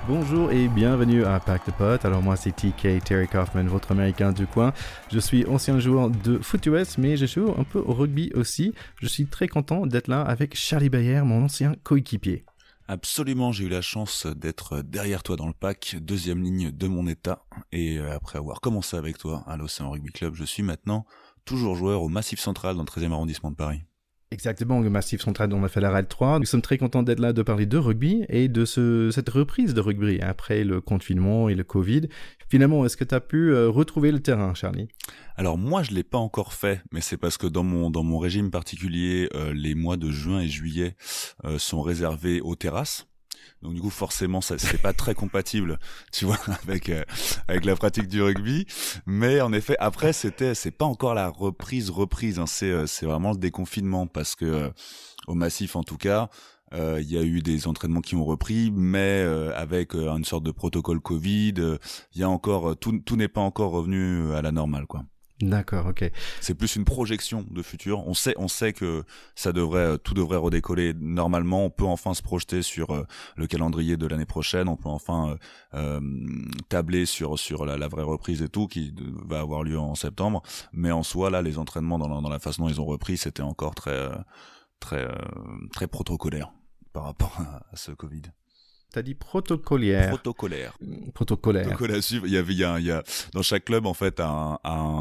Bonjour et bienvenue à Pack de Potes. Alors moi c'est TK, Terry Kaufman, votre américain du coin. Je suis ancien joueur de foot US, mais je joue un peu au rugby aussi. Je suis très content d'être là avec Charlie Bayer, mon ancien coéquipier. Absolument, j'ai eu la chance d'être derrière toi dans le pack, deuxième ligne de mon état. Et après avoir commencé avec toi à l'Océan Rugby Club, je suis maintenant toujours joueur au Massif Central dans le 13e arrondissement de Paris. Exactement, le Massif Central dont on a fait la RAID 3. Nous sommes très contents d'être là, de parler de rugby et de cette reprise de rugby après le confinement et le Covid. Finalement, est-ce que tu as pu retrouver le terrain, Charlie ? Alors moi, je l'ai pas encore fait, mais c'est parce que dans mon régime particulier, les mois de juin et juillet sont réservés aux terrasses. Donc du coup forcément ça c'est pas très compatible, tu vois, avec la pratique du rugby, mais en effet après c'est pas encore la reprise hein, c'est vraiment le déconfinement parce que au Massif en tout cas il y a eu des entraînements qui ont repris, mais avec une sorte de protocole Covid, il y a encore tout n'est pas encore revenu à la normale quoi. D'accord, ok. C'est plus une projection de futur. On sait que tout devrait redécoller normalement. On peut enfin se projeter sur le calendrier de l'année prochaine. On peut enfin tabler sur la vraie reprise et tout qui va avoir lieu en septembre. Mais en soi, là, les entraînements dans la façon dont ils ont repris, c'était encore très protocolaire par rapport à ce Covid. T'as dit protocolaire. Protocolaire à suivre. Il y a dans chaque club en fait un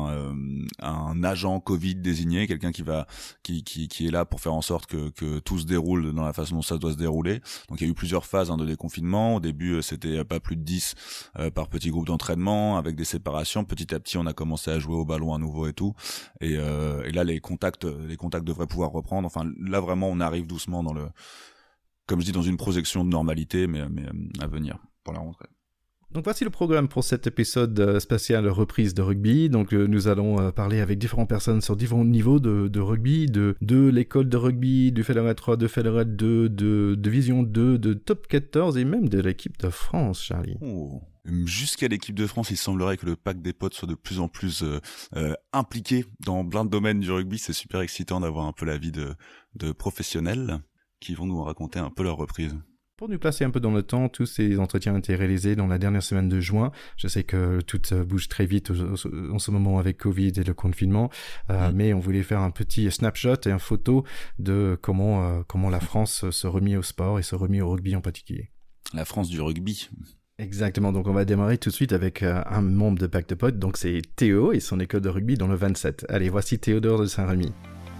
agent Covid désigné, quelqu'un qui est là pour faire en sorte que tout se déroule dans la façon dont ça doit se dérouler. Donc il y a eu plusieurs phases de déconfinement. Au début, c'était pas plus de 10 par petit groupe d'entraînement avec des séparations. Petit à petit, on a commencé à jouer au ballon à nouveau et tout. Et là les contacts devraient pouvoir reprendre. Enfin là vraiment, on arrive doucement comme je dis, dans une projection de normalité, mais à venir pour la rentrée. Donc voici le programme pour cet épisode spécial reprise de rugby. Donc nous allons parler avec différentes personnes sur différents niveaux de rugby, de l'école de rugby, du Fédéral 3, de Fédéral 2, de Division 2, de Top 14 et même de l'équipe de France, Charlie. Oh. Jusqu'à l'équipe de France, il semblerait que le pack des potes soit de plus en plus impliqué dans plein de domaines du rugby. C'est super excitant d'avoir un peu la vie de professionnels qui vont nous raconter un peu leur reprise. Pour nous placer un peu dans le temps, tous ces entretiens ont été réalisés dans la dernière semaine de juin. Je sais que tout bouge très vite en ce moment avec Covid et le confinement, mais on voulait faire un petit snapshot et une photo de comment la France se remet au sport et se remet au rugby en particulier. La France du rugby. Exactement, donc on va démarrer tout de suite avec un membre de Pack de Potes, donc c'est Théo et son école de rugby dans le 27. Allez, voici Théodore de Saint-Rémy.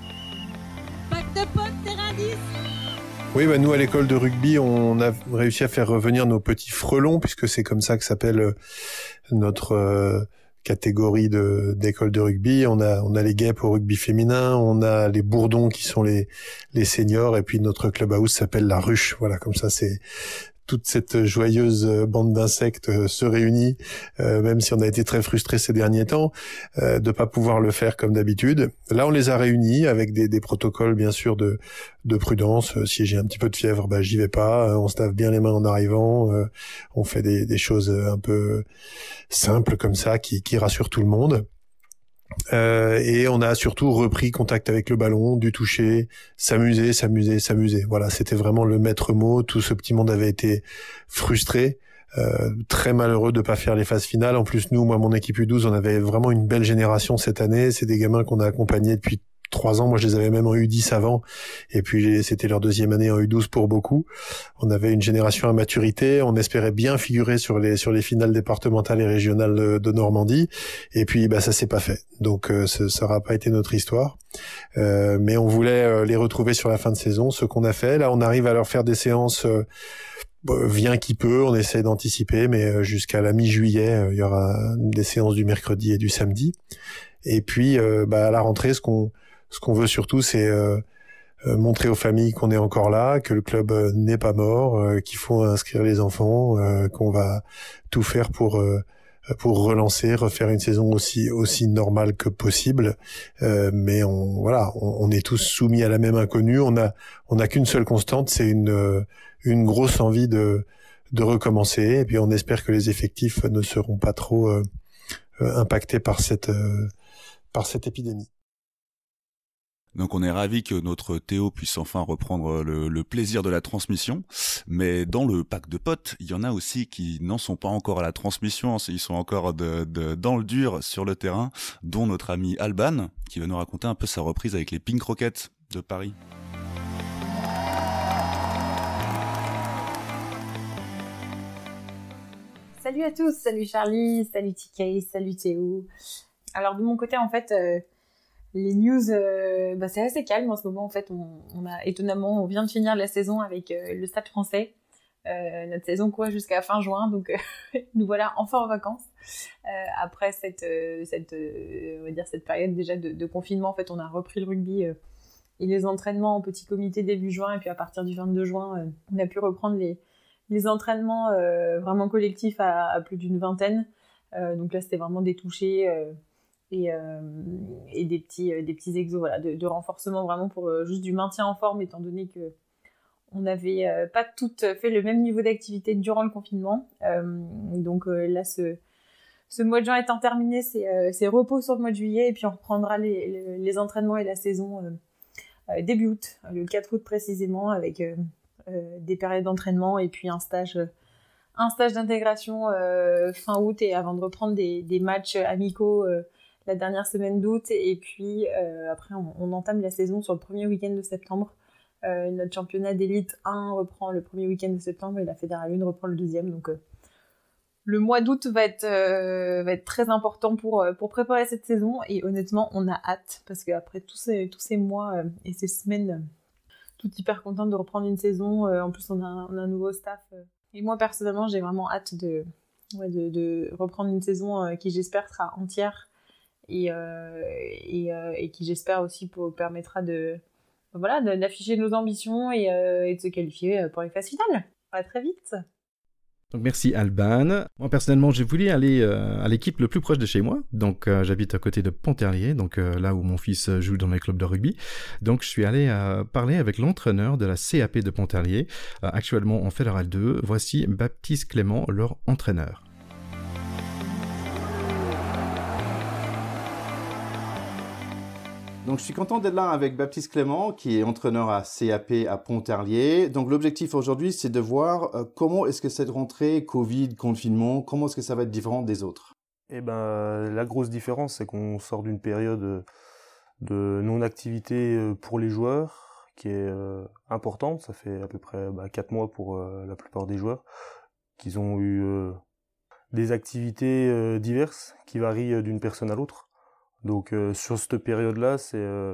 Pack de Potes, terrain 10. Oui, nous à l'école de rugby, on a réussi à faire revenir nos petits frelons, puisque c'est comme ça que s'appelle notre catégorie d'école de rugby. On a les guêpes au rugby féminin, on a les bourdons qui sont les seniors, et puis notre clubhouse s'appelle la ruche. Voilà, comme ça c'est toute cette joyeuse bande d'insectes se réunit, même si on a été très frustrés ces derniers temps de pas pouvoir le faire comme d'habitude. Là, on les a réunis avec des protocoles bien sûr de prudence. Si j'ai un petit peu de fièvre, j'y vais pas. On se lave bien les mains en arrivant. On fait des choses un peu simples comme ça qui rassurent tout le monde. Et on a surtout repris contact avec le ballon, du toucher, s'amuser. Voilà, c'était vraiment le maître mot. Tout ce petit monde avait été frustré, très malheureux de pas faire les phases finales. En plus, nous, mon équipe U12, on avait vraiment une belle génération cette année. C'est des gamins qu'on a accompagnés depuis 3 ans. Moi, je les avais même en U10 avant. Et puis, c'était leur deuxième année en U12 pour beaucoup. On avait une génération à maturité. On espérait bien figurer sur les finales départementales et régionales de Normandie. Et puis, ça s'est pas fait. Donc, ça n'aura pas été notre histoire. Mais on voulait les retrouver sur la fin de saison. Ce qu'on a fait. Là, on arrive à leur faire des séances vient qui peut. On essaie d'anticiper. Mais jusqu'à la mi-juillet, il y aura des séances du mercredi et du samedi. Et puis, à la rentrée, ce qu'on veut surtout, c'est montrer aux familles qu'on est encore là, que le club n'est pas mort, qu'il faut inscrire les enfants, qu'on va tout faire pour relancer, refaire une saison aussi normale que possible. Mais on est tous soumis à la même inconnue. On a qu'une seule constante, c'est une grosse envie de recommencer. Et puis on espère que les effectifs ne seront pas trop impactés par cette épidémie. Donc on est ravi que notre Théo puisse enfin reprendre le plaisir de la transmission, mais dans le pack de potes, il y en a aussi qui n'en sont pas encore à la transmission, ils sont encore dans le dur sur le terrain, dont notre ami Alban, qui va nous raconter un peu sa reprise avec les Pink Rockets de Paris. Salut à tous, salut Charlie, salut TK, salut Théo. Alors de mon côté en fait, les news, c'est assez calme en ce moment en fait. On vient de finir la saison avec le Stade Français. Notre saison court jusqu'à fin juin, donc nous voilà enfin en vacances. Après cette période déjà de confinement, en fait, on a repris le rugby et les entraînements en petit comité début juin, et puis à partir du 22 juin, on a pu reprendre les entraînements vraiment collectifs à plus d'une vingtaine. Donc là, c'était vraiment des touchés et des petits exos, voilà, de renforcement vraiment pour juste du maintien en forme, étant donné que on n'avait pas toutes fait le même niveau d'activité durant le confinement. Donc là, ce mois de juin étant terminé, c'est repos sur le mois de juillet, et puis on reprendra les entraînements et la saison début août, le 4 août précisément, avec des périodes d'entraînement et puis un stage d'intégration fin août, et avant de reprendre des matchs amicaux la dernière semaine d'août, et puis après on entame la saison sur le premier week-end de septembre. Notre championnat d'élite 1 reprend le premier week-end de septembre et la Fédérale 1 reprend le deuxième. Donc le mois d'août va être très important pour préparer cette saison, et honnêtement on a hâte, parce qu'après tous ces mois et ces semaines, tout hyper contente de reprendre une saison. En plus on a un nouveau staff, et moi personnellement j'ai vraiment hâte de reprendre une saison qui j'espère sera entière et qui j'espère aussi permettra d'afficher nos ambitions et de se qualifier pour les phases finales. À très vite. Donc merci Alban. Moi personnellement, j'ai voulu aller à l'équipe le plus proche de chez moi. Donc j'habite à côté de Pontarlier, donc là où mon fils joue dans les clubs de rugby. Donc je suis allé parler avec l'entraîneur de la CAP de Pontarlier, actuellement en Fédéral 2. Voici Baptiste Clément, leur entraîneur. Donc je suis content d'être là avec Baptiste Clément, qui est entraîneur à CAP à Pontarlier. Donc l'objectif aujourd'hui, c'est de voir comment est-ce que cette rentrée, Covid, confinement, comment est-ce que ça va être différent des autres? La grosse différence, c'est qu'on sort d'une période de non-activité pour les joueurs, qui est importante. Ça fait à peu près 4 mois pour la plupart des joueurs, qu'ils ont eu des activités diverses qui varient d'une personne à l'autre. Donc sur cette période-là, c'est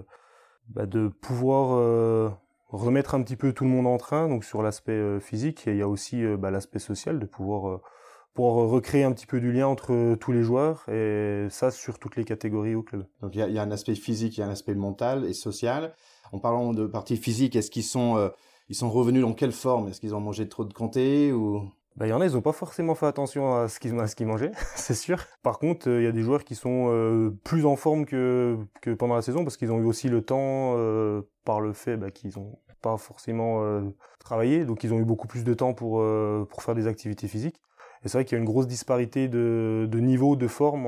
de pouvoir remettre un petit peu tout le monde en train, donc sur l'aspect physique, et il y a aussi l'aspect social, de pouvoir recréer un petit peu du lien entre tous les joueurs, et ça sur toutes les catégories au club. Donc il y a un aspect physique, il y a un aspect mental et social. En parlant de partie physique, est-ce qu'ils sont revenus dans quelle forme? Est-ce qu'ils ont mangé trop de comté ou... Il y en a, ils n'ont pas forcément fait attention à ce qu'ils mangeaient, c'est sûr. Par contre, il y a des joueurs qui sont plus en forme que pendant la saison, parce qu'ils ont eu aussi le temps, par le fait qu'ils n'ont pas forcément travaillé, donc ils ont eu beaucoup plus de temps pour faire des activités physiques. Et c'est vrai qu'il y a une grosse disparité de niveau, de forme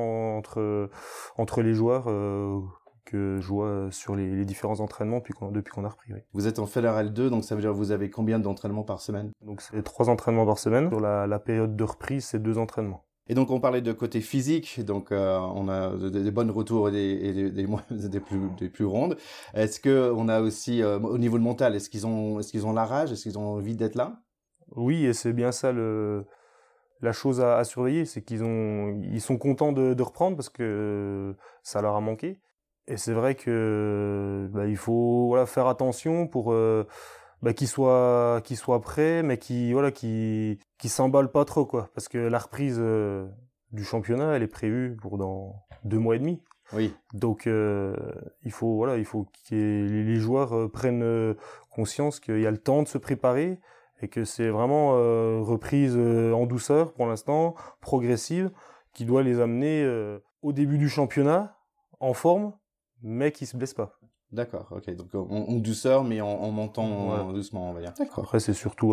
entre les joueurs que je vois sur les différents entraînements depuis qu'on a repris. Oui. Vous êtes en Fédéral 2, donc ça veut dire que vous avez combien d'entraînements par semaine? Donc c'est 3 entraînements par semaine. Sur la période de reprise, c'est 2 entraînements. Et donc on parlait de côté physique, donc on a des bonnes retours et des plus rondes. Est-ce que on a aussi au niveau mental, est-ce qu'ils ont la rage, est-ce qu'ils ont envie d'être là? Oui, et c'est bien ça la chose à surveiller, c'est ils sont contents de reprendre, parce que ça leur a manqué. Et c'est vrai que il faut faire attention pour qu'ils soient prêts, mais qui s'emballent pas trop, quoi, parce que la reprise du championnat, elle est prévue pour dans 2 mois et demi. Oui. Donc il faut que les joueurs prennent conscience qu'il y a le temps de se préparer, et que c'est vraiment reprise en douceur pour l'instant, progressive, qui doit les amener au début du championnat en forme, mais qui se blesse pas. D'accord, ok. Donc en douceur, mais en montant doucement, on va dire. D'accord. Après, c'est surtout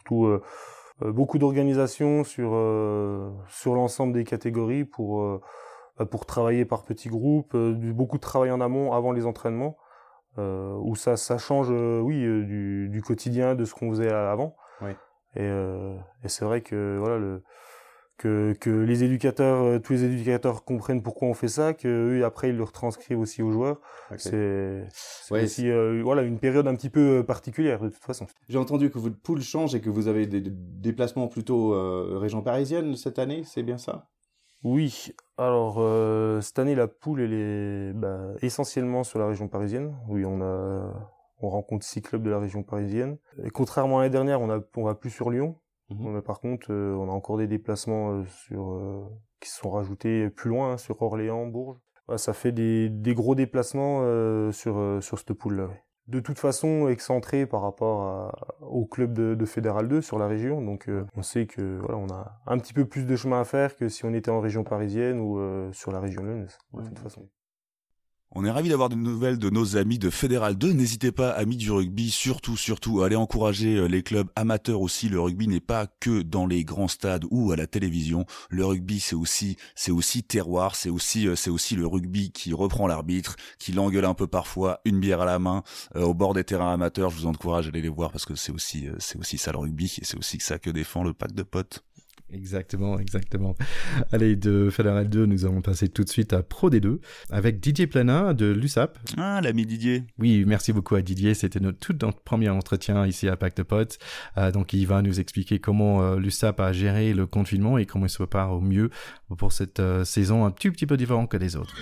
beaucoup d'organisation sur l'ensemble des catégories pour travailler par petits groupes, beaucoup de travail en amont avant les entraînements, où ça change, oui, du quotidien, de ce qu'on faisait avant. Oui. Et c'est vrai que voilà que les éducateurs, tous les éducateurs comprennent pourquoi on fait ça, que eux après ils le retranscrivent aussi aux joueurs. Okay. C'est aussi voilà une période un petit peu particulière de toute façon. J'ai entendu que votre pool change et que vous avez des déplacements plutôt région parisienne cette année, c'est bien ça? Oui, alors cette année la poule elle est essentiellement sur la région parisienne. Oui, on rencontre 6 clubs de la région parisienne. Et contrairement à l'année dernière, on va plus sur Lyon. Mais par contre, on a encore des déplacements qui se sont rajoutés plus loin, sur Orléans, Bourges. Ouais, ça fait des gros déplacements sur cette poule-là. Ouais. De toute façon, excentré par rapport au club de Fédéral 2 sur la région. Donc on sait que voilà, on a un petit peu plus de chemin à faire que si on était en région parisienne ou sur la région lyonnaise, de toute façon. On est ravis d'avoir des nouvelles de nos amis de Fédéral 2. N'hésitez pas, amis du rugby, surtout, à aller encourager les clubs amateurs aussi. Le rugby n'est pas que dans les grands stades ou à la télévision. Le rugby, c'est aussi terroir. C'est aussi le rugby qui reprend l'arbitre, qui l'engueule un peu parfois, une bière à la main, au bord des terrains amateurs. Je vous encourage à aller les voir parce que c'est aussi ça le rugby et c'est aussi ça que défend le pack de potes. Exactement. Allez, de Fédéral 2, nous allons passer tout de suite à Pro D2 avec Didier Plana de l'USAP. Ah, l'ami Didier. Oui, merci beaucoup à Didier. C'était notre premier entretien ici à Pack de Potes. Donc, il va nous expliquer comment l'USAP a géré le confinement et comment il se prépare au mieux pour cette saison un petit peu différente que les autres.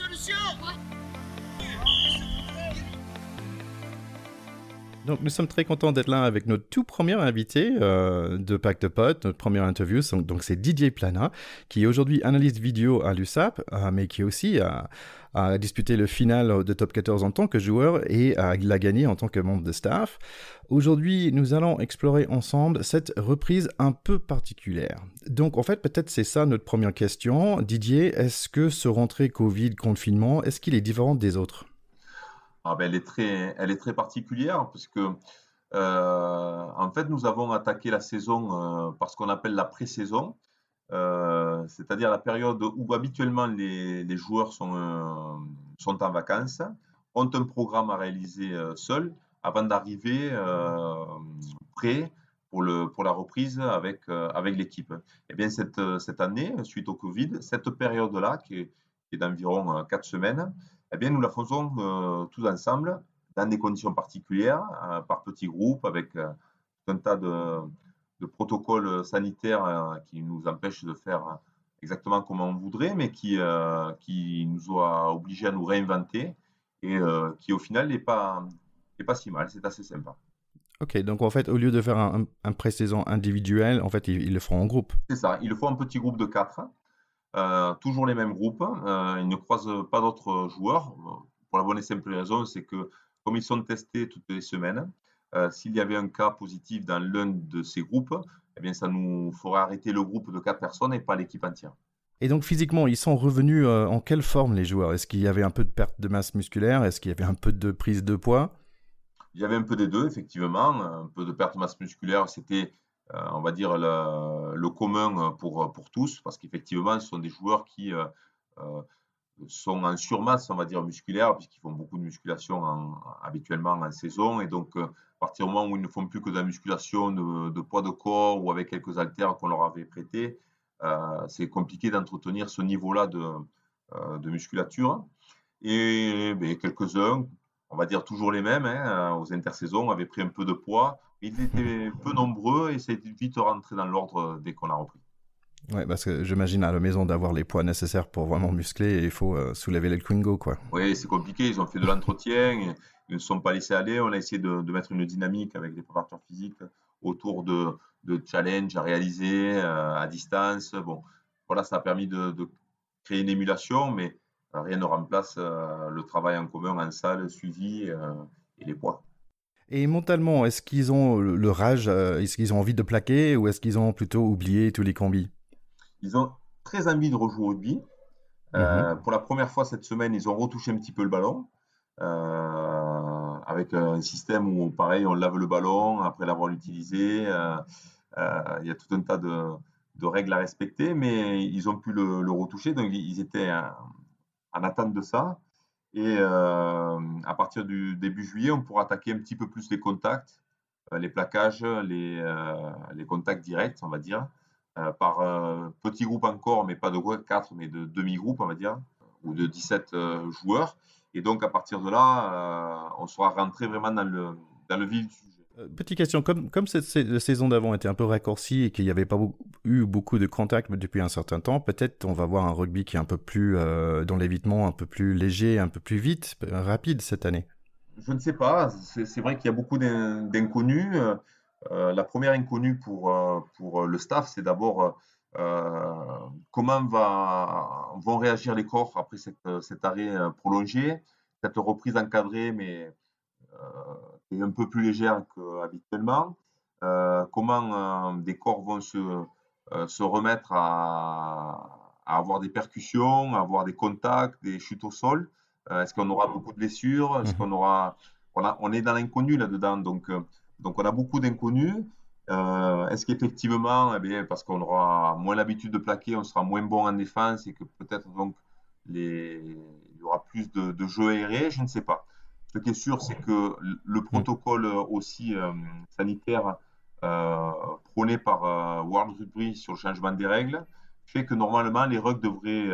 Donc, nous sommes très contents d'être là avec notre tout premier invité de Pack de Potes, notre première interview. Donc, c'est Didier Plana, qui est aujourd'hui analyste vidéo à l'USAP, mais qui aussi a disputé le final de Top 14 en tant que joueur et l'a gagné en tant que membre de staff. Aujourd'hui, nous allons explorer ensemble cette reprise un peu particulière. Donc, en fait, peut-être c'est ça notre première question. Didier, est-ce que ce rentrée Covid, confinement, est-ce qu'il est différent des autres ? Elle est très particulière parce que en fait nous avons attaqué la saison par ce qu'on appelle la pré-saison, c'est-à-dire la période où habituellement les joueurs sont en vacances, ont un programme à réaliser seuls avant d'arriver prêts pour la reprise avec l'équipe. Et bien cette année, suite au Covid, cette période-là qui est d'environ 4 semaines, eh bien, nous la faisons tous ensemble, dans des conditions particulières, par petits groupes, avec un tas de protocoles sanitaires qui nous empêchent de faire exactement comme on voudrait, mais qui nous ont obligés à nous réinventer et qui, au final, n'est pas si mal. C'est assez sympa. Ok, donc en fait, au lieu de faire un pré-saison individuel, en fait, ils le feront en groupe. C'est ça, ils le font en petit groupe de 4. Toujours les mêmes groupes, ils ne croisent pas d'autres joueurs, pour la bonne et simple raison, c'est que comme ils sont testés toutes les semaines, s'il y avait un cas positif dans l'un de ces groupes, eh bien ça nous ferait arrêter le groupe de 4 personnes et pas l'équipe entière. Et donc physiquement, ils sont revenus en quelle forme les joueurs ? Est-ce qu'il y avait un peu de perte de masse musculaire ? Est-ce qu'il y avait un peu de prise de poids ? Il y avait un peu des deux, effectivement, un peu de perte de masse musculaire, c'était on va dire le commun pour tous, parce qu'effectivement, ce sont des joueurs qui sont en surmasse, on va dire, musculaire, puisqu'ils font beaucoup de musculation habituellement en saison. Et donc, à partir du moment où ils ne font plus que de la musculation de poids de corps ou avec quelques haltères qu'on leur avait prêtés, c'est compliqué d'entretenir ce niveau-là de musculature. Et quelques-uns, on va dire toujours les mêmes, aux intersaisons, avaient pris un peu de poids. Ils étaient peu nombreux et ça a été vite rentré dans l'ordre dès qu'on a repris. Ouais, parce que j'imagine à la maison d'avoir les poids nécessaires pour vraiment muscler, il faut soulever les Twingo, quoi. Oui, c'est compliqué. Ils ont fait de l'entretien, ils ne se sont pas laissés aller. On a essayé de mettre une dynamique avec les préparateurs physiques autour de challenges à réaliser à distance. Bon, voilà, ça a permis de créer une émulation, mais rien ne remplace le travail en commun, en salle, suivi et les poids. Et mentalement, est-ce qu'ils ont le rage, est-ce qu'ils ont envie de plaquer ou est-ce qu'ils ont plutôt oublié tous les combis ? Ils ont très envie de rejouer au rugby. Pour la première fois cette semaine, ils ont retouché un petit peu le ballon avec un système où, pareil, on lave le ballon après l'avoir utilisé. Il y a tout un tas de règles à respecter, mais ils ont pu le retoucher. Donc, ils étaient en attente de ça. Et à partir du début juillet, on pourra attaquer un petit peu plus les contacts, les plaquages, les contacts directs, on va dire, par petits groupes encore, mais pas de 4, mais de demi-groupes, on va dire, ou de 17 joueurs. Et donc, à partir de là, on sera rentré vraiment dans le vif du sujet. Petite question, comme cette saison d'avant était un peu raccourcie et qu'il n'y avait pas eu beaucoup de contacts depuis un certain temps, peut-être on va voir un rugby qui est un peu plus dans l'évitement, un peu plus léger, un peu plus vite, rapide cette année. Je ne sais pas, c'est vrai qu'il y a beaucoup d'inconnus. La première inconnue pour le staff, c'est d'abord comment vont réagir les corps après cet arrêt prolongé, cette reprise encadrée, mais est un peu plus légère qu'habituellement. Comment des corps vont se remettre à avoir des percussions, à avoir des contacts, des chutes au sol. Est-ce qu'on aura beaucoup de blessures? Est-ce qu'on aura... on est dans l'inconnu là-dedans, donc on a beaucoup d'inconnus. Est-ce qu'effectivement, eh bien, parce qu'on aura moins l'habitude de plaquer, on sera moins bon en défense et que peut-être donc il y aura plus de jeux aérés? Je ne sais pas. Ce qui est sûr, c'est que le protocole aussi sanitaire prôné par World Rugby sur le changement des règles fait que normalement les rugs devraient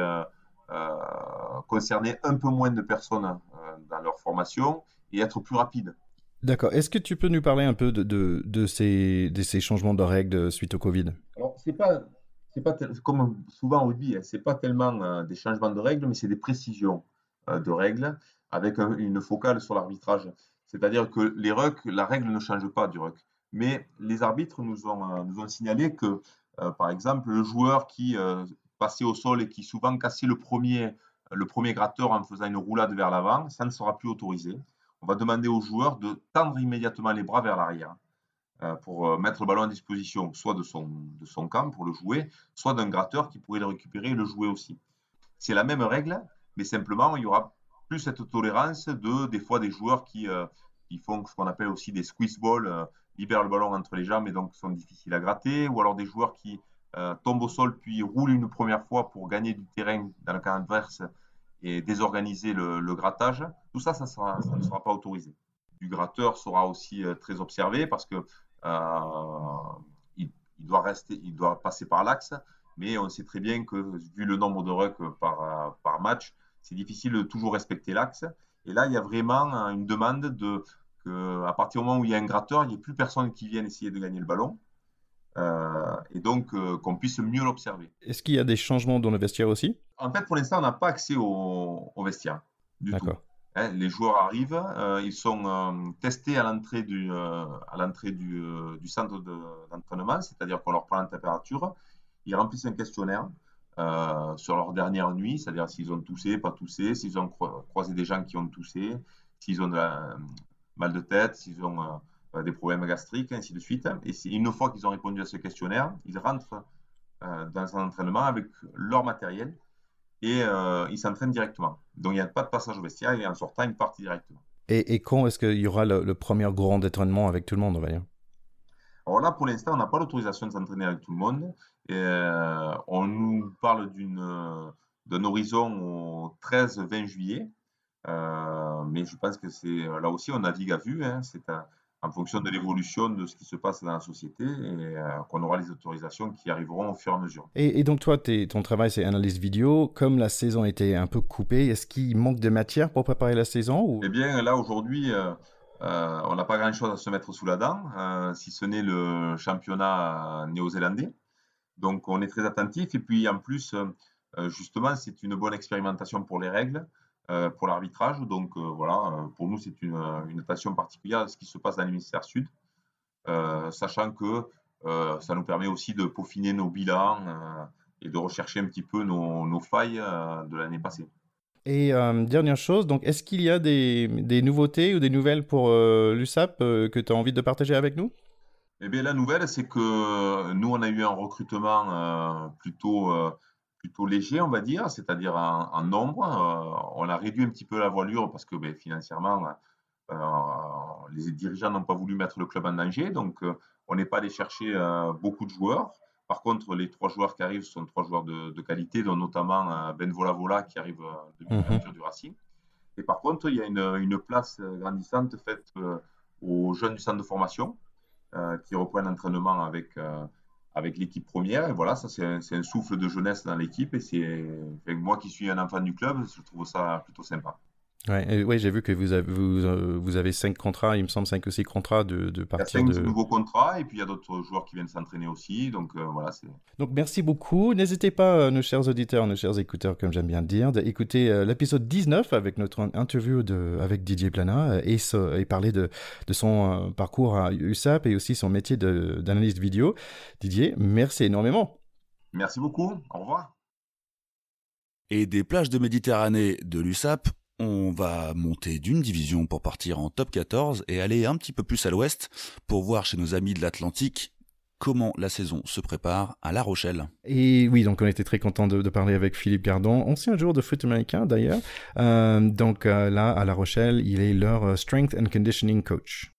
concerner un peu moins de personnes dans leur formation et être plus rapides. D'accord. Est-ce que tu peux nous parler un peu de ces changements de règles suite au Covid? Alors, c'est pas comme souvent au rugby, hein, c'est pas tellement des changements de règles, mais c'est des précisions de règles avec une focale sur l'arbitrage. C'est-à-dire que les rucks, la règle ne change pas du ruck. Mais les arbitres nous ont signalé que, par exemple, le joueur qui passait au sol et qui souvent cassait le premier gratteur en faisant une roulade vers l'avant, ça ne sera plus autorisé. On va demander au joueur de tendre immédiatement les bras vers l'arrière pour mettre le ballon à disposition, soit de son camp pour le jouer, soit d'un gratteur qui pourrait le récupérer et le jouer aussi. C'est la même règle, mais simplement, il y aura plus cette tolérance des fois des joueurs qui font ce qu'on appelle aussi des squeeze balls, libèrent le ballon entre les jambes et donc sont difficiles à gratter, ou alors des joueurs qui tombent au sol puis roulent une première fois pour gagner du terrain dans le camp adverse et désorganiser le grattage. Tout ça, ça ne sera pas autorisé. Du gratteur sera aussi très observé parce que il doit passer par l'axe, mais on sait très bien que vu le nombre de rucks par match, c'est difficile de toujours respecter l'axe. Et là, il y a vraiment une demande qu'à partir du moment où il y a un gratteur, il n'y ait plus personne qui vienne essayer de gagner le ballon. Et donc qu'on puisse mieux l'observer. Est-ce qu'il y a des changements dans le vestiaire aussi? En fait, pour l'instant, on n'a pas accès au vestiaire du tout. Hein, les joueurs arrivent, ils sont testés à l'entrée du centre d'entraînement, c'est-à-dire qu'on leur prend la température, ils remplissent un questionnaire sur leur dernière nuit, c'est-à-dire s'ils ont toussé, pas toussé, s'ils ont croisé des gens qui ont toussé, s'ils ont mal de tête, s'ils ont des problèmes gastriques, ainsi de suite. Et une fois qu'ils ont répondu à ce questionnaire, ils rentrent dans un entraînement avec leur matériel et ils s'entraînent directement. Donc il n'y a pas de passage au vestiaire et en sortant, ils partent directement. Et quand est-ce qu'il y aura le premier grand entraînement avec tout le monde, on va dire? Alors là, pour l'instant, on n'a pas l'autorisation de s'entraîner avec tout le monde. Et, on nous parle d'un horizon au 13-20 juillet. Mais je pense que c'est là aussi, on navigue à vue. Hein, c'est en fonction de l'évolution de ce qui se passe dans la société et qu'on aura les autorisations qui arriveront au fur et à mesure. Et donc toi, ton travail, c'est analyse vidéo. Comme la saison était un peu coupée, est-ce qu'il manque de matière pour préparer la saison ou... Eh bien, là, aujourd'hui, on n'a pas grand-chose à se mettre sous la dent, si ce n'est le championnat néo-zélandais. Donc, on est très attentif. Et puis, en plus, justement, c'est une bonne expérimentation pour les règles. Pour l'arbitrage. Donc voilà, pour nous, c'est une attention particulière à ce qui se passe dans l'hémisphère sud, sachant que ça nous permet aussi de peaufiner nos bilans et de rechercher un petit peu nos failles de l'année passée. Et dernière chose, donc est-ce qu'il y a des nouveautés ou des nouvelles pour l'USAP que tu as envie de partager avec nous? Eh bien, la nouvelle, c'est que nous, on a eu un recrutement plutôt léger, on va dire, c'est-à-dire en nombre. On a réduit un petit peu la voilure parce que financièrement, les dirigeants n'ont pas voulu mettre le club en danger. Donc, on n'est pas allé chercher beaucoup de joueurs. Par contre, les 3 joueurs qui arrivent sont 3 joueurs de qualité, dont notamment Ben Volavola qui arrive de l'aventure du Racing. Et par contre, il y a une place grandissante faite aux jeunes du centre de formation qui reprennent l'entraînement avec l'équipe première. Et voilà, ça c'est un souffle de jeunesse dans l'équipe. Et moi qui suis un enfant du club, je trouve ça plutôt sympa. Ouais, j'ai vu que vous avez 5 contrats, il me semble 5 ou 6 contrats de partir Il y a 5 de... nouveaux contrats et puis il y a d'autres joueurs qui viennent s'entraîner aussi. Donc voilà, c'est... Donc merci beaucoup. N'hésitez pas, nos chers auditeurs, nos chers écouteurs, comme j'aime bien dire, d'écouter l'épisode 19 avec notre interview avec Didier Plana et parler de son parcours à USAP et aussi son métier d'analyste vidéo. Didier, merci énormément. Merci beaucoup. Au revoir. Et des plages de Méditerranée de l'USAP, on va monter d'une division pour partir en top 14 et aller un petit peu plus à l'ouest pour voir chez nos amis de l'Atlantique comment la saison se prépare à La Rochelle. Et oui, donc on était très content de parler avec Philippe Gardon, ancien joueur de foot américain d'ailleurs. Donc là, à La Rochelle, il est leur strength and conditioning coach.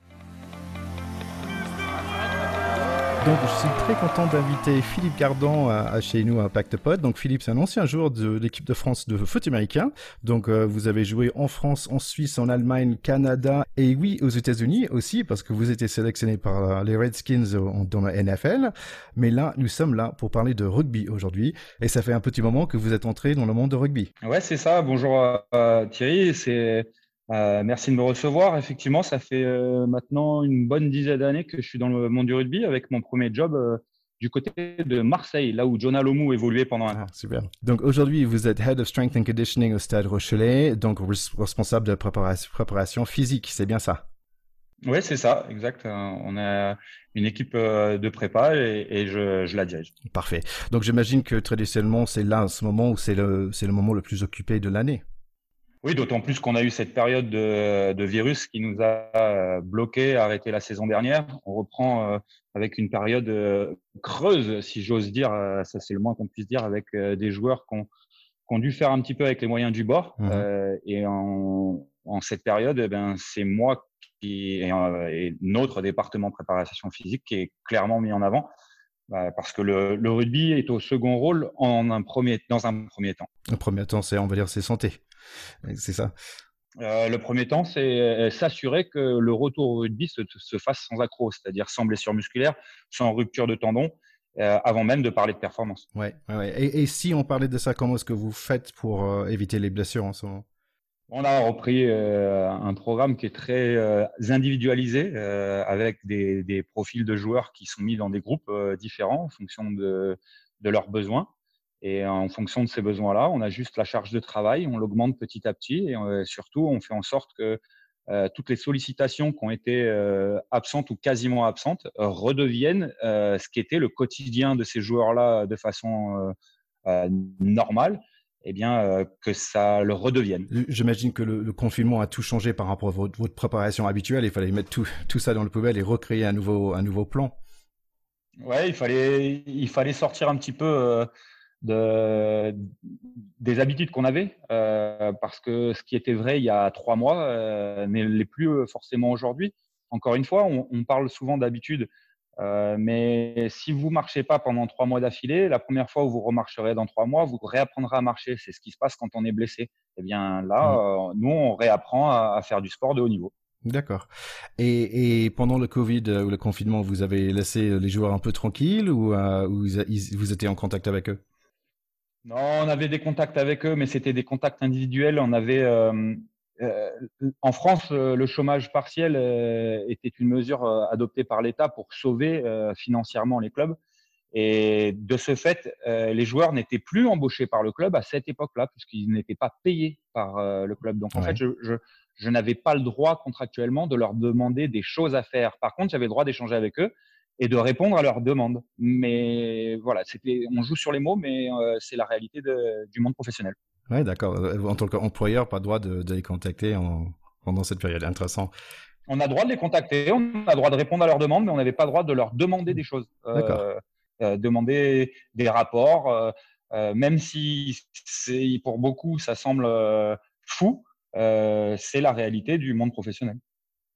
Donc, je suis très content d'inviter Philippe Gardon chez nous à Pacte Pod. Donc, Philippe, c'est un ancien joueur de l'équipe de France de foot américain. Donc, vous avez joué en France, en Suisse, en Allemagne, Canada et oui, aux États-Unis aussi, parce que vous étiez sélectionné par les Redskins dans la NFL. Mais là, nous sommes là pour parler de rugby aujourd'hui. Et ça fait un petit moment que vous êtes entré dans le monde de rugby. Ouais, c'est ça. Bonjour Thierry. Merci de me recevoir. Effectivement, ça fait maintenant une bonne dizaine d'années que je suis dans le monde du rugby avec mon premier job du côté de Marseille, là où Jonah Lomou évoluait pendant un temps. Super. Donc aujourd'hui, vous êtes Head of Strength and Conditioning au Stade Rochelais, donc responsable de préparation physique, c'est bien ça? Oui, c'est ça, exact. On a une équipe de prépa et je la dirige. Parfait. Donc j'imagine que traditionnellement, c'est là, en ce moment, où c'est le moment le plus occupé de l'année. Oui, d'autant plus qu'on a eu cette période de virus qui nous a bloqué, arrêté la saison dernière. On reprend avec une période creuse, si j'ose dire, ça c'est le moins qu'on puisse dire, avec des joueurs qui ont dû faire un petit peu avec les moyens du bord. Et en cette période, c'est moi et notre département préparation physique qui est clairement mis en avant. Parce que le rugby est au second rôle dans un premier temps. Le premier temps, on va dire, c'est santé. C'est ça. Le premier temps, c'est s'assurer que le retour au rugby se fasse sans accroc, c'est-à-dire sans blessure musculaire, sans rupture de tendon, avant même de parler de performance. Ouais. Et si on parlait de ça, comment est-ce que vous faites pour éviter les blessures en ce moment? On a repris un programme qui est très individualisé, avec des profils de joueurs qui sont mis dans des groupes différents en fonction de leurs besoins. Et en fonction de ces besoins-là, on ajuste la charge de travail, on l'augmente petit à petit et surtout, on fait en sorte que toutes les sollicitations qui ont été absentes ou quasiment absentes redeviennent ce qui était le quotidien de ces joueurs-là de façon normale, que ça le redevienne. J'imagine que le confinement a tout changé par rapport à votre préparation habituelle. Il fallait mettre tout ça dans le poubelle et recréer un nouveau plan. Ouais, il fallait sortir un petit peu des habitudes qu'on avait, parce que ce qui était vrai il y a 3 mois n'est l'est plus forcément aujourd'hui. Encore une fois, on parle souvent d'habitudes, mais si vous marchez pas pendant 3 mois d'affilée, la première fois où vous remarcherez dans 3 mois, vous réapprendrez à marcher. C'est ce qui se passe quand on est blessé. Eh bien là, nous, on réapprend à faire du sport de haut niveau. D'accord. Et pendant le Covid ou le confinement, vous avez laissé les joueurs un peu tranquilles ou vous étiez en contact avec eux? Non, on avait des contacts avec eux, mais c'était des contacts individuels. On avait en France, le chômage partiel était une mesure adoptée par l'État pour sauver financièrement les clubs. Et de ce fait, les joueurs n'étaient plus embauchés par le club à cette époque-là, puisqu'ils n'étaient pas payés par le club. Donc en fait, je n'avais pas le droit contractuellement de leur demander des choses à faire. Par contre, j'avais le droit d'échanger avec eux et de répondre à leurs demandes. Mais voilà, on joue sur les mots, mais c'est la réalité du monde professionnel. Oui, d'accord. En tant qu'employeur, pas le droit de les contacter pendant cette période. Intéressant. On a le droit de les contacter, on a le droit de répondre à leurs demandes, mais on n'avait pas le droit de leur demander des choses. D'accord. Demander des rapports, même si pour beaucoup ça semble fou, c'est la réalité du monde professionnel.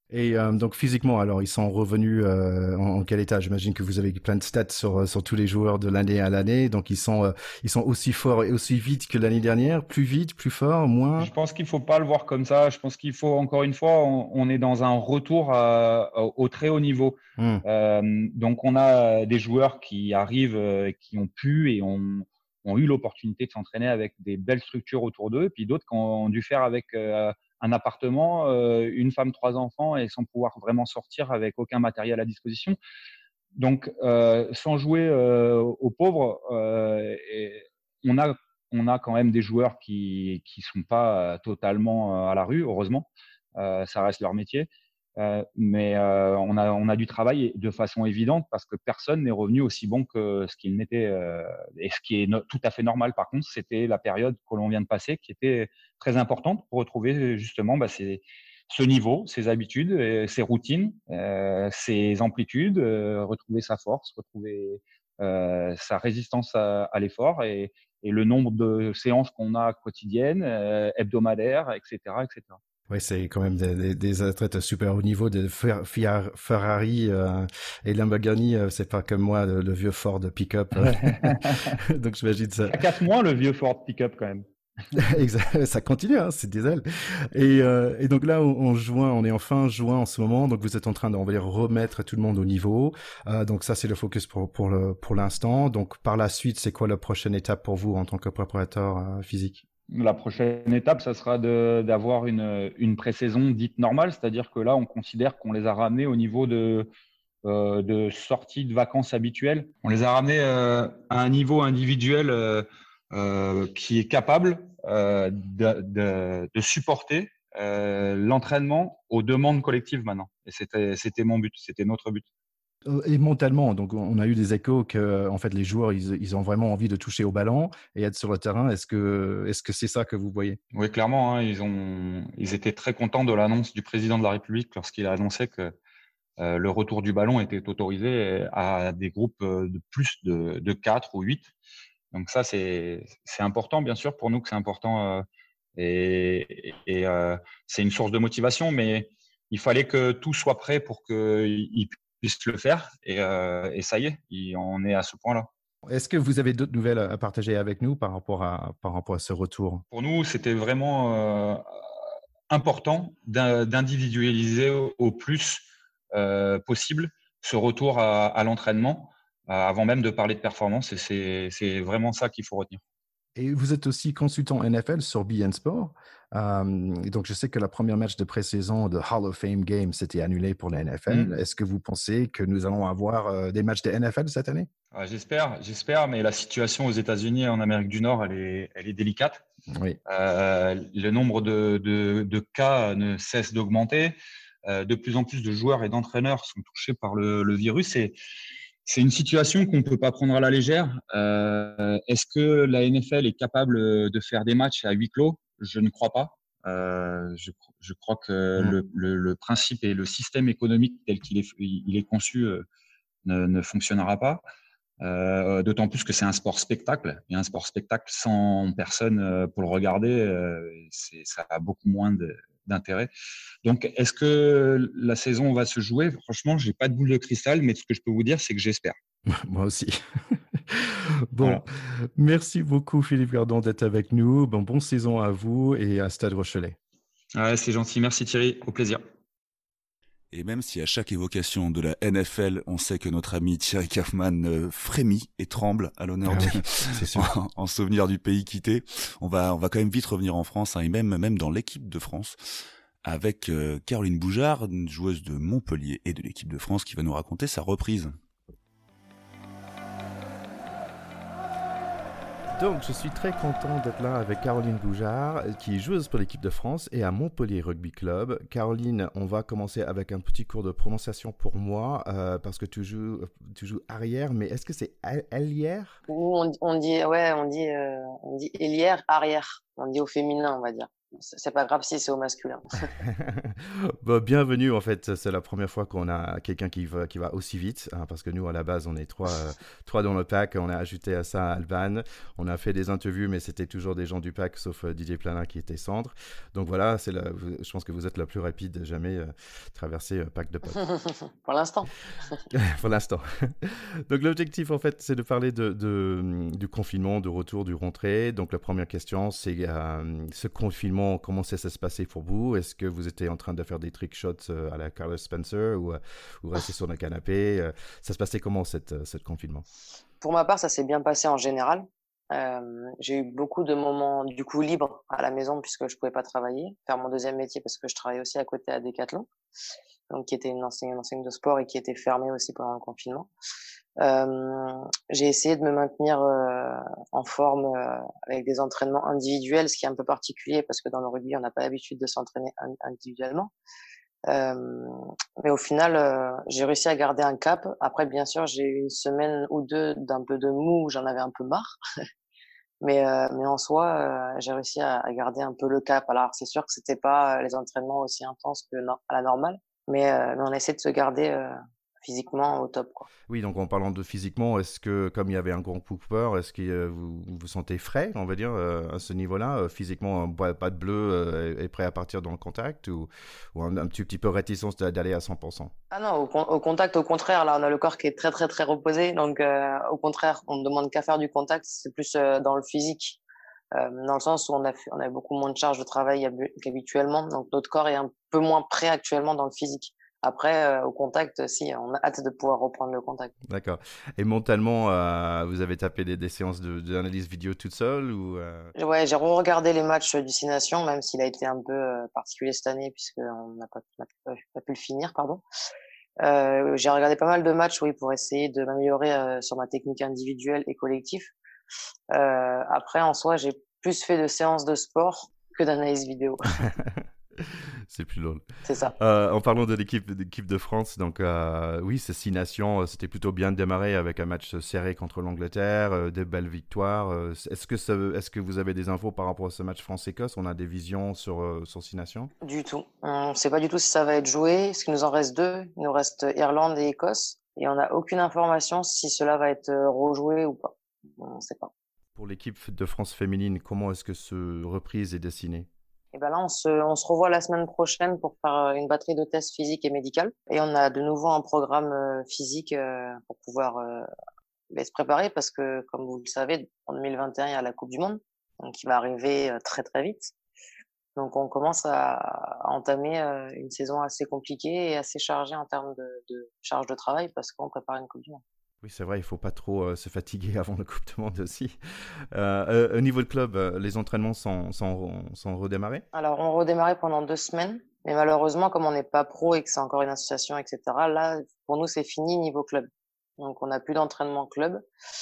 Et donc physiquement, alors ils sont revenus en quel état? J'imagine que vous avez plein de stats sur tous les joueurs de l'année à l'année, donc ils sont aussi forts et aussi vite que l'année dernière, plus vite, plus fort, moins. Je pense qu'il faut pas le voir comme ça. Je pense qu'il faut, encore une fois, on est dans un retour au très haut niveau. Donc on a des joueurs qui arrivent, qui ont pu et ont eu l'opportunité de s'entraîner avec des belles structures autour d'eux, puis d'autres qui ont dû faire avec un appartement, une femme, 3 enfants et sans pouvoir vraiment sortir avec aucun matériel à disposition. Donc, sans jouer aux pauvres, on a quand même des joueurs qui sont pas totalement à la rue, heureusement. Ça reste leur métier. Mais on a du travail de façon évidente parce que personne n'est revenu aussi bon que ce qu'il n'était. Et ce qui est tout à fait normal, par contre, c'était la période que l'on vient de passer qui était très importante pour retrouver justement ce niveau, ses habitudes, ses routines, ses amplitudes, retrouver sa force, retrouver sa résistance à l'effort et le nombre de séances qu'on a quotidiennes, hebdomadaires, etc., etc. Oui, c'est quand même des athlètes super haut niveau, de Ferrari et Lamborghini. C'est pas comme moi, le vieux Ford pick-up. Donc j'imagine ça. Ça casse moins le vieux Ford pick-up quand même. Exact, ça continue, hein, c'est diesel. Et donc là, en juin, on est en fin juin en ce moment, donc vous êtes en train de, on va dire, remettre tout le monde au niveau. Donc ça, c'est le focus pour l'instant. Donc par la suite, c'est quoi la prochaine étape pour vous en tant que préparateur physique? La prochaine étape, ça sera d'avoir une pré-saison dite normale, c'est-à-dire que là, on considère qu'on les a ramenés au niveau de sortie de vacances habituelles. On les a ramenés à un niveau individuel qui est capable de supporter l'entraînement aux demandes collectives maintenant. Et c'était mon but, c'était notre but. Et mentalement, donc on a eu des échos que en fait les joueurs ils ont vraiment envie de toucher au ballon et être sur le terrain. Est-ce que c'est ça que vous voyez? Oui, clairement, hein, ils étaient très contents de l'annonce du président de la République lorsqu'il a annoncé que le retour du ballon était autorisé à des groupes de plus de 4 ou 8. Donc ça, c'est important, bien sûr, pour nous que c'est important et c'est une source de motivation, mais il fallait que tout soit prêt pour qu'ils puissent le faire et ça y est, on est à ce point-là. Est-ce que vous avez d'autres nouvelles à partager avec nous par rapport à ce retour? Pour nous, c'était vraiment important d'individualiser au plus possible ce retour à l'entraînement avant même de parler de performance et c'est vraiment ça qu'il faut retenir. Et vous êtes aussi consultant NFL sur beIN Sport. Et donc, je sais que la première match de pré-saison de Hall of Fame Game s'était annulée pour la NFL. Est-ce que vous pensez que nous allons avoir des matchs de NFL cette année? J'espère, mais la situation aux États-Unis et en Amérique du Nord, elle est délicate. Oui. Le nombre de cas ne cesse d'augmenter. De plus en plus de joueurs et d'entraîneurs sont touchés par le virus. C'est une situation qu'on ne peut pas prendre à la légère. Est-ce que la NFL est capable de faire des matchs à huis clos? Je ne crois pas. Je crois que le principe et le système économique tel qu'il est conçu ne fonctionnera pas. D'autant plus que c'est un sport spectacle. Et un sport spectacle sans personne pour le regarder, ça a beaucoup moins d'intérêt. Donc, est-ce que la saison va se jouer? Franchement, j'ai pas de boule de cristal, mais ce que je peux vous dire, c'est que j'espère. Moi aussi. Bon, voilà. Merci beaucoup Philippe Gardon d'être avec nous. Bon saison à vous et à Stade Rochelet. Ouais, c'est gentil. Merci Thierry. Au plaisir. Et même si à chaque évocation de la NFL, on sait que notre ami Thierry Kaufmann frémit et tremble à l'honneur en souvenir du pays quitté, on va quand même vite revenir en France, hein, et même dans l'équipe de France, avec Caroline Boujard, une joueuse de Montpellier et de l'équipe de France, qui va nous raconter sa reprise. Donc, je suis très content d'être là avec Caroline Boujard, qui est joueuse pour l'équipe de France et à Montpellier Rugby Club. Caroline, on va commencer avec un petit cours de prononciation pour moi, parce que tu joues arrière, mais est-ce que c'est ailière? On dit ailière, arrière. On dit au féminin, on va dire. c'est pas grave si c'est au masculin. Bah, bienvenue, en fait, c'est la première fois qu'on a quelqu'un qui va aussi vite, hein, parce que nous, à la base, on est trois dans le pack, on a ajouté à ça Alban, on a fait des interviews, mais c'était toujours des gens du pack, sauf Didier Plana qui était centre. Donc voilà, je pense que vous êtes la plus rapide jamais traversé pack de potes. Pour l'instant. Pour l'instant. Donc l'objectif, en fait, c'est de parler du confinement, du retour, du rentrée. Donc la première question, c'est ce confinement, comment ça s'est passé pour vous? Est-ce que vous étiez en train de faire des trick shots à la Carlos Spencer ou rester sur le canapé? Ça se passait comment, cette confinement? Pour ma part, ça s'est bien passé en général. J'ai eu beaucoup de moments du coup libres à la maison puisque je pouvais pas travailler, faire mon deuxième métier parce que je travaillais aussi à côté à Decathlon, donc qui était une enseigne de sport et qui était fermée aussi pendant le confinement. J'ai essayé de me maintenir en forme avec des entraînements individuels, ce qui est un peu particulier parce que dans le rugby on n'a pas l'habitude de s'entraîner individuellement. Mais au final, j'ai réussi à garder un cap. Après, bien sûr, j'ai eu une semaine ou deux d'un peu de mou où j'en avais un peu marre. Mais en soi, j'ai réussi à garder un peu le cap. Alors, c'est sûr que c'était pas les entraînements aussi intenses que à la normale, mais on essaie de se garder physiquement au top, quoi. Oui, donc en parlant de physiquement, est-ce que, comme il y avait un grand Cooper, est-ce que vous vous sentez frais, on va dire, à ce niveau-là? Physiquement, pas de bleu et prêt à partir dans le contact ou un petit peu réticence d'aller à 100%? Ah non, au contact, au contraire, là, on a le corps qui est très, très, très reposé. Donc, au contraire, on ne demande qu'à faire du contact. C'est plus dans le physique, dans le sens où on a beaucoup moins de charge de travail qu'habituellement. Donc, notre corps est un peu moins prêt actuellement dans le physique. Après, au contact, si, on a hâte de pouvoir reprendre le contact. D'accord. Et mentalement, vous avez tapé des séances d'analyse vidéo toute seule ou Ouais, j'ai regardé les matchs du Six Nations, même s'il a été un peu particulier cette année, puisqu'on n'a pas pu le finir, pardon. J'ai regardé pas mal de matchs, oui, pour essayer de m'améliorer sur ma technique individuelle et collective. Après, en soi, j'ai plus fait de séances de sport que d'analyse vidéo. C'est plus drôle. C'est ça. En parlant de l'équipe de France, donc oui, ces 6 nations, c'était plutôt bien démarré avec un match serré contre l'Angleterre, des belles victoires. Est-ce que vous avez des infos par rapport à ce match France-Écosse? On a des visions sur 6 nations? Du tout. On ne sait pas du tout si ça va être joué, parce qu'il nous en reste 2. Il nous reste Irlande et Écosse. Et on n'a aucune information si cela va être rejoué ou pas. On ne sait pas. Pour l'équipe de France féminine, comment est-ce que ce reprise est dessinée? Et ben là, on se revoit la semaine prochaine pour faire une batterie de tests physiques et médicaux. Et on a de nouveau un programme physique pour pouvoir se préparer parce que, comme vous le savez, en 2021, il y a la Coupe du Monde, donc qui va arriver très très vite. Donc on commence à entamer une saison assez compliquée et assez chargée en termes de charge de travail parce qu'on prépare une Coupe du Monde. Oui, c'est vrai, il ne faut pas trop se fatiguer avant la Coupe du Monde aussi. Au niveau de club, les entraînements sont redémarrés? Alors, on redémarrait pendant 2 semaines, mais malheureusement, comme on n'est pas pro et que c'est encore une association, etc., là, pour nous, c'est fini niveau club. Donc, on n'a plus d'entraînement club.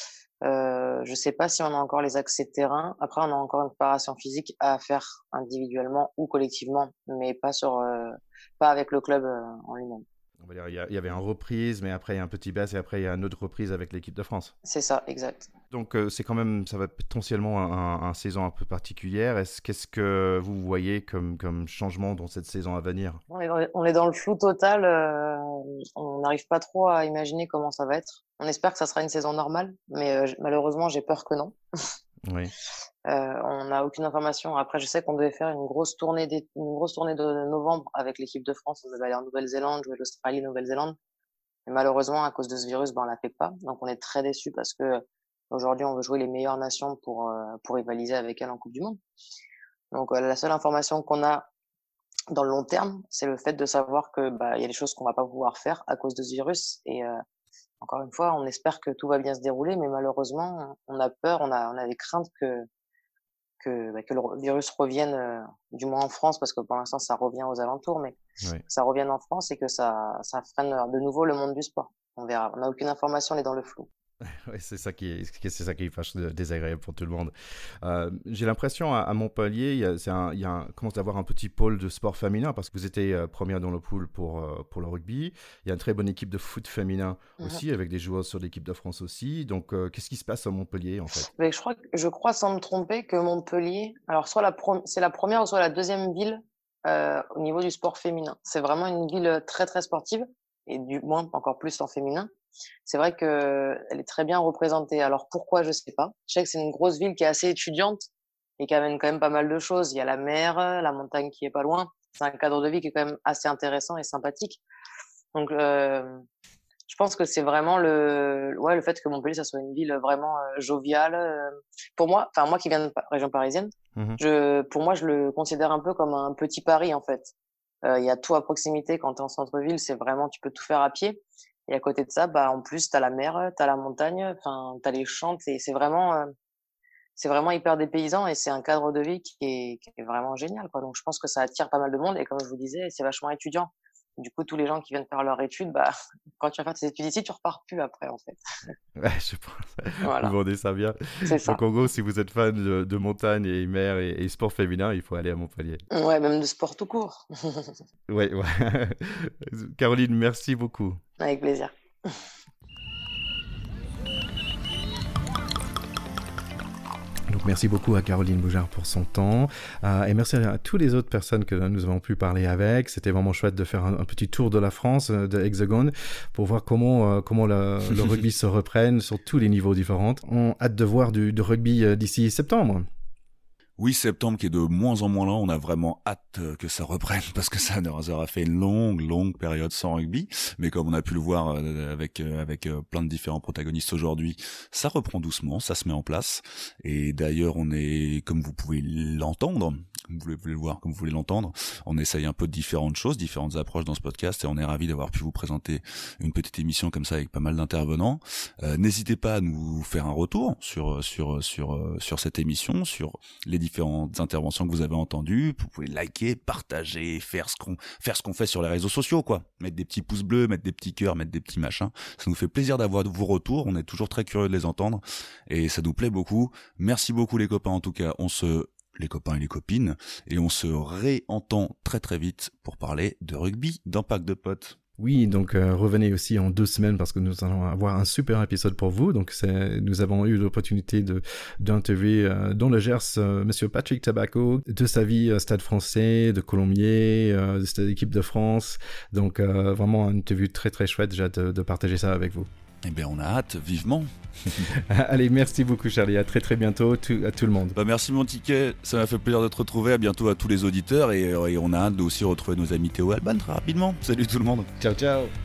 Je sais pas si on a encore les accès terrain. Après, on a encore une préparation physique à faire individuellement ou collectivement, mais pas avec le club en lui-même. On va dire, il y avait une reprise, mais après il y a un petit baisse et après il y a une autre reprise avec l'équipe de France. C'est ça, exact. Donc c'est quand même, ça va potentiellement un saison un peu particulière. Qu'est-ce que vous voyez comme changement dans cette saison à venir? On est dans le flou total. On n'arrive pas trop à imaginer comment ça va être. On espère que ça sera une saison normale, mais malheureusement, j'ai peur que non. Oui. On n'a aucune information. Après, je sais qu'on devait faire une grosse tournée de novembre avec l'équipe de France. On devait aller en Nouvelle-Zélande, jouer l'Australie, Nouvelle-Zélande. Mais malheureusement, à cause de ce virus, on l'a fait pas. Donc, on est très déçus parce que aujourd'hui, on veut jouer les meilleures nations pour rivaliser avec elles en Coupe du Monde. Donc, la seule information qu'on a dans le long terme, c'est le fait de savoir que il y a des choses qu'on va pas pouvoir faire à cause de ce virus. Et encore une fois, on espère que tout va bien se dérouler, mais malheureusement, on a peur, on a des craintes que le virus revienne, du moins en France, parce que pour l'instant, ça revient aux alentours, mais Oui. ça revienne en France et que ça freine de nouveau le monde du sport. On verra. On n'a aucune information, on est dans le flou. Ouais, c'est ça qui est fâche désagréable pour tout le monde. J'ai l'impression à Montpellier, commence d'avoir un petit pôle de sport féminin parce que vous étiez première dans le pool pour le rugby. Il y a une très bonne équipe de foot féminin aussi, avec des joueuses sur l'équipe de France aussi. Donc, qu'est-ce qui se passe à Montpellier en fait? Mais je crois sans me tromper que Montpellier, alors soit c'est la première ou soit la deuxième ville au niveau du sport féminin. C'est vraiment une ville très très sportive et du moins encore plus en féminin. C'est vrai que elle est très bien représentée. Alors pourquoi, je sais pas. Je sais que c'est une grosse ville qui est assez étudiante et qui amène quand même pas mal de choses. Il y a la mer, la montagne qui est pas loin. C'est un cadre de vie qui est quand même assez intéressant et sympathique. Donc je pense que c'est vraiment le fait que Montpellier ça soit une ville vraiment joviale. Pour moi, enfin moi qui viens de région parisienne, pour moi je le considère un peu comme un petit Paris en fait. Il y a tout à proximité quand t'es en centre-ville, c'est vraiment tu peux tout faire à pied. Et à côté de ça, bah en plus t'as la mer, t'as la montagne, enfin t'as les champs, c'est vraiment hyper dépaysant et c'est un cadre de vie qui est vraiment génial quoi. Donc je pense que ça attire pas mal de monde et comme je vous disais, c'est vachement étudiant. Du coup, tous les gens qui viennent faire leurs études, bah quand tu vas faire tes études ici, tu repars plus après en fait. Ouais, je pense. Voilà. Vous vendez ça bien. C'est ça. Donc en gros, si vous êtes fan de montagne et mer et sport féminin, il faut aller à Montpellier. Ouais, même de sport tout court. Ouais. Caroline, merci beaucoup. Avec plaisir. Donc merci beaucoup à Caroline Boujard pour son temps et merci à toutes les autres personnes que nous avons pu parler avec. C'était vraiment chouette de faire un petit tour de la France, de Hexagone, pour voir comment le rugby se reprenne sur tous les niveaux différents. On a hâte de voir du rugby d'ici septembre. Oui, septembre qui est de moins en moins là, on a vraiment hâte que ça reprenne parce que ça aura fait une longue période sans rugby, mais comme on a pu le voir avec plein de différents protagonistes aujourd'hui, ça reprend doucement, ça se met en place et d'ailleurs on est, comme vous pouvez l'entendre, vous voulez le voir comme vous voulez l'entendre, on essaye un peu de différentes choses, différentes approches dans ce podcast et on est ravis d'avoir pu vous présenter une petite émission comme ça avec pas mal d'intervenants. N'hésitez pas à nous faire un retour sur cette émission, sur les différentes interventions que vous avez entendues. Vous pouvez liker, partager, faire ce qu'on fait sur les réseaux sociaux, quoi. Mettre des petits pouces bleus, mettre des petits cœurs, mettre des petits machins. Ça nous fait plaisir d'avoir vos retours. On est toujours très curieux de les entendre et ça nous plaît beaucoup. Merci beaucoup les copains. En tout cas, les copains et les copines, et on se réentend très très vite pour parler de rugby dans Pack de Potes. Oui, donc revenez aussi en 2 semaines parce que nous allons avoir un super épisode pour vous. Donc nous avons eu l'opportunité d'interviewer dans le Gers Monsieur Patrick Tabaco, de sa vie Stade Français, de Colombier, de cette équipe de France. Donc vraiment une interview très très chouette. J'ai hâte de partager ça avec vous. Eh bien, on a hâte, vivement. Allez, merci beaucoup Charlie, à très très bientôt à tout le monde. Merci mon ticket, ça m'a fait plaisir de te retrouver, à bientôt à tous les auditeurs et on a hâte de aussi retrouver nos amis Théo et Alban très rapidement. Salut tout le monde. Ciao ciao.